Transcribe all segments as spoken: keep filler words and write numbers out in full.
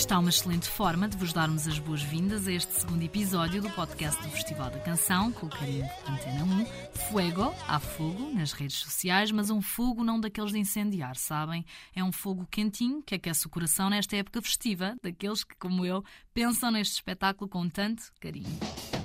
está uma excelente forma de vos darmos as boas-vindas a este segundo episódio do podcast do Festival da Canção, com o carinho de Antena um. Fuego, há fogo nas redes sociais, mas um fogo não daqueles de incendiar, sabem? É um fogo quentinho que aquece o coração nesta época festiva, daqueles que, como eu, pensam neste espetáculo com tanto carinho.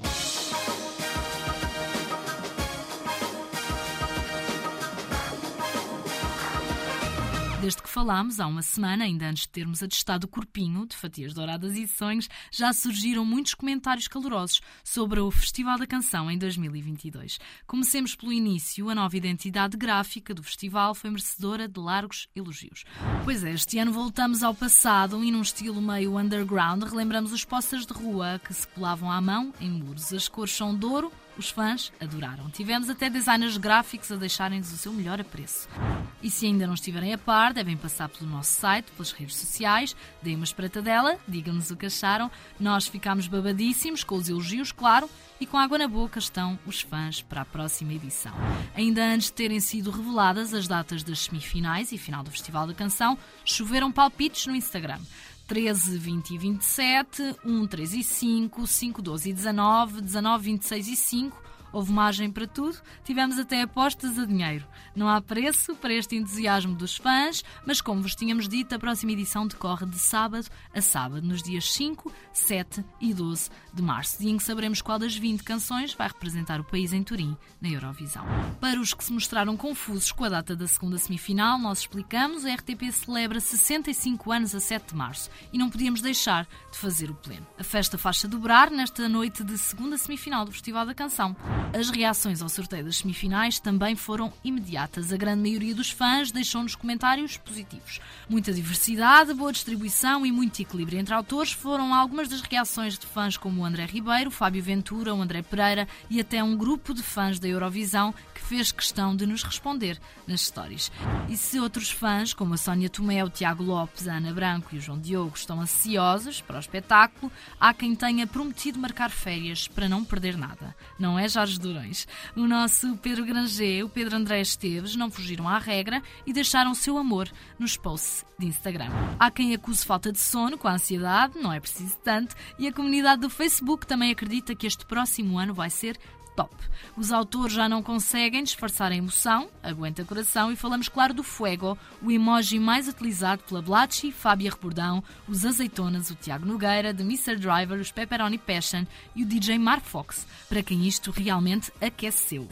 Desde que falámos, há uma semana, ainda antes de termos atestado o corpinho de fatias douradas e sonhos, já surgiram muitos comentários calorosos sobre o Festival da Canção em dois mil e vinte e dois. Comecemos pelo início. A nova identidade gráfica do festival foi merecedora de largos elogios. Pois é, este ano voltamos ao passado e num estilo meio underground relembramos os posters de rua que se colavam à mão em muros. As cores são de ouro. Os fãs adoraram. Tivemos até designers gráficos a deixarem-nos o seu melhor apreço. E se ainda não estiverem a par, devem passar pelo nosso site, pelas redes sociais, deem uma espreitadela, digam-nos o que acharam. Nós ficámos babadíssimos, com os elogios, claro, e com água na boca estão os fãs para a próxima edição. Ainda antes de terem sido reveladas as datas das semifinais e final do Festival da Canção, choveram palpites no Instagram. treze, vinte e vinte e sete, um, três e cinco, cinco, doze e dezanove, dezanove, vinte e seis e cinco. Houve margem para tudo, tivemos até apostas a dinheiro. Não há preço para este entusiasmo dos fãs, mas como vos tínhamos dito, a próxima edição decorre de sábado a sábado, nos dias cinco, sete e doze de março, dia em que saberemos qual das vinte canções vai representar o país em Turim, na Eurovisão. Para os que se mostraram confusos com a data da segunda semifinal, nós explicamos, a R T P celebra sessenta e cinco anos a sete de março e não podíamos deixar de fazer o pleno. A festa faz-se a dobrar nesta noite de segunda semifinal do Festival da Canção. As reações ao sorteio das semifinais também foram imediatas. A grande maioria dos fãs deixou-nos comentários positivos. Muita diversidade, boa distribuição e muito equilíbrio entre autores foram algumas das reações de fãs como o André Ribeiro, o Fábio Ventura, o André Pereira e até um grupo de fãs da Eurovisão que fez questão de nos responder nas stories. E se outros fãs, como a Sónia Tomé, o Tiago Lopes, a Ana Branco e o João Diogo, estão ansiosos para o espetáculo, há quem tenha prometido marcar férias para não perder nada. Não é, Jorge Durões? O nosso Pedro Granger, o Pedro André Esteves não fugiram à regra e deixaram o seu amor nos posts de Instagram. Há quem acuse falta de sono com a ansiedade, não é preciso tanto, e a comunidade do Facebook também acredita que este próximo ano vai ser top. Os autores já não conseguem disfarçar a emoção, aguenta coração, e falamos, claro, do Fuego, o emoji mais utilizado pela Blatchy, Fábia Rebordão, os Azeitonas, o Tiago Nogueira, The mister Driver, os Pepperoni Passion e o D J Mark Fox, para quem isto realmente aqueceu.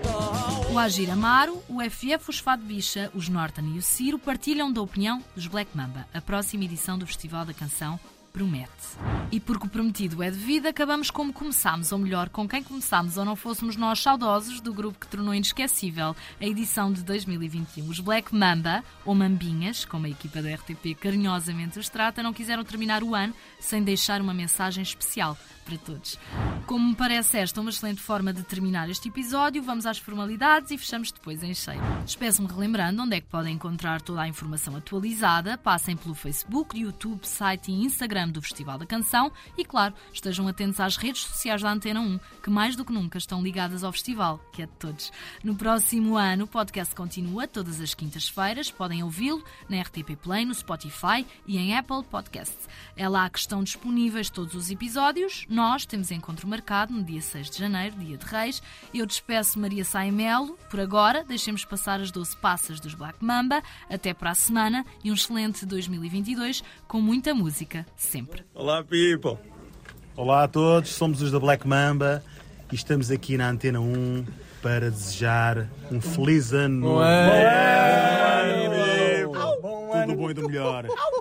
O Agir Amaro, o F F, os Fado Bicha, os Norton e o Ciro partilham da opinião dos Black Mamba. A próxima edição do Festival da Canção promete. E porque o prometido é devido, acabamos como começámos, ou melhor, com quem começámos, ou não fôssemos nós saudosos do grupo que tornou inesquecível a edição de dois mil e vinte e um. Os Black Mamba, ou Mambinhas, como a equipa da R T P carinhosamente os trata, não quiseram terminar o ano sem deixar uma mensagem especial para todos. Como me parece esta uma excelente forma de terminar este episódio, vamos às formalidades e fechamos depois em cheio. Despeço-me relembrando onde é que podem encontrar toda a informação atualizada. Passem pelo Facebook, YouTube, site e Instagram do Festival da Canção e, claro, estejam atentos às redes sociais da Antena um, que mais do que nunca estão ligadas ao festival, que é de todos. No próximo ano, o podcast continua todas as quintas-feiras. Podem ouvi-lo na R T P Play, no Spotify e em Apple Podcasts. É lá que estão disponíveis todos os episódios. Nós temos encontro marcado no dia seis de janeiro, dia de Reis. Eu despeço Maria Saimelo. Por agora, deixemos passar as doze passas dos Black Mamba. Até para a semana e um excelente dois mil e vinte e dois com muita música, sempre. Olá, people! Olá a todos, somos os da Black Mamba e estamos aqui na Antena um para desejar um feliz ano novo. Bom ano! Tudo bom e do melhor.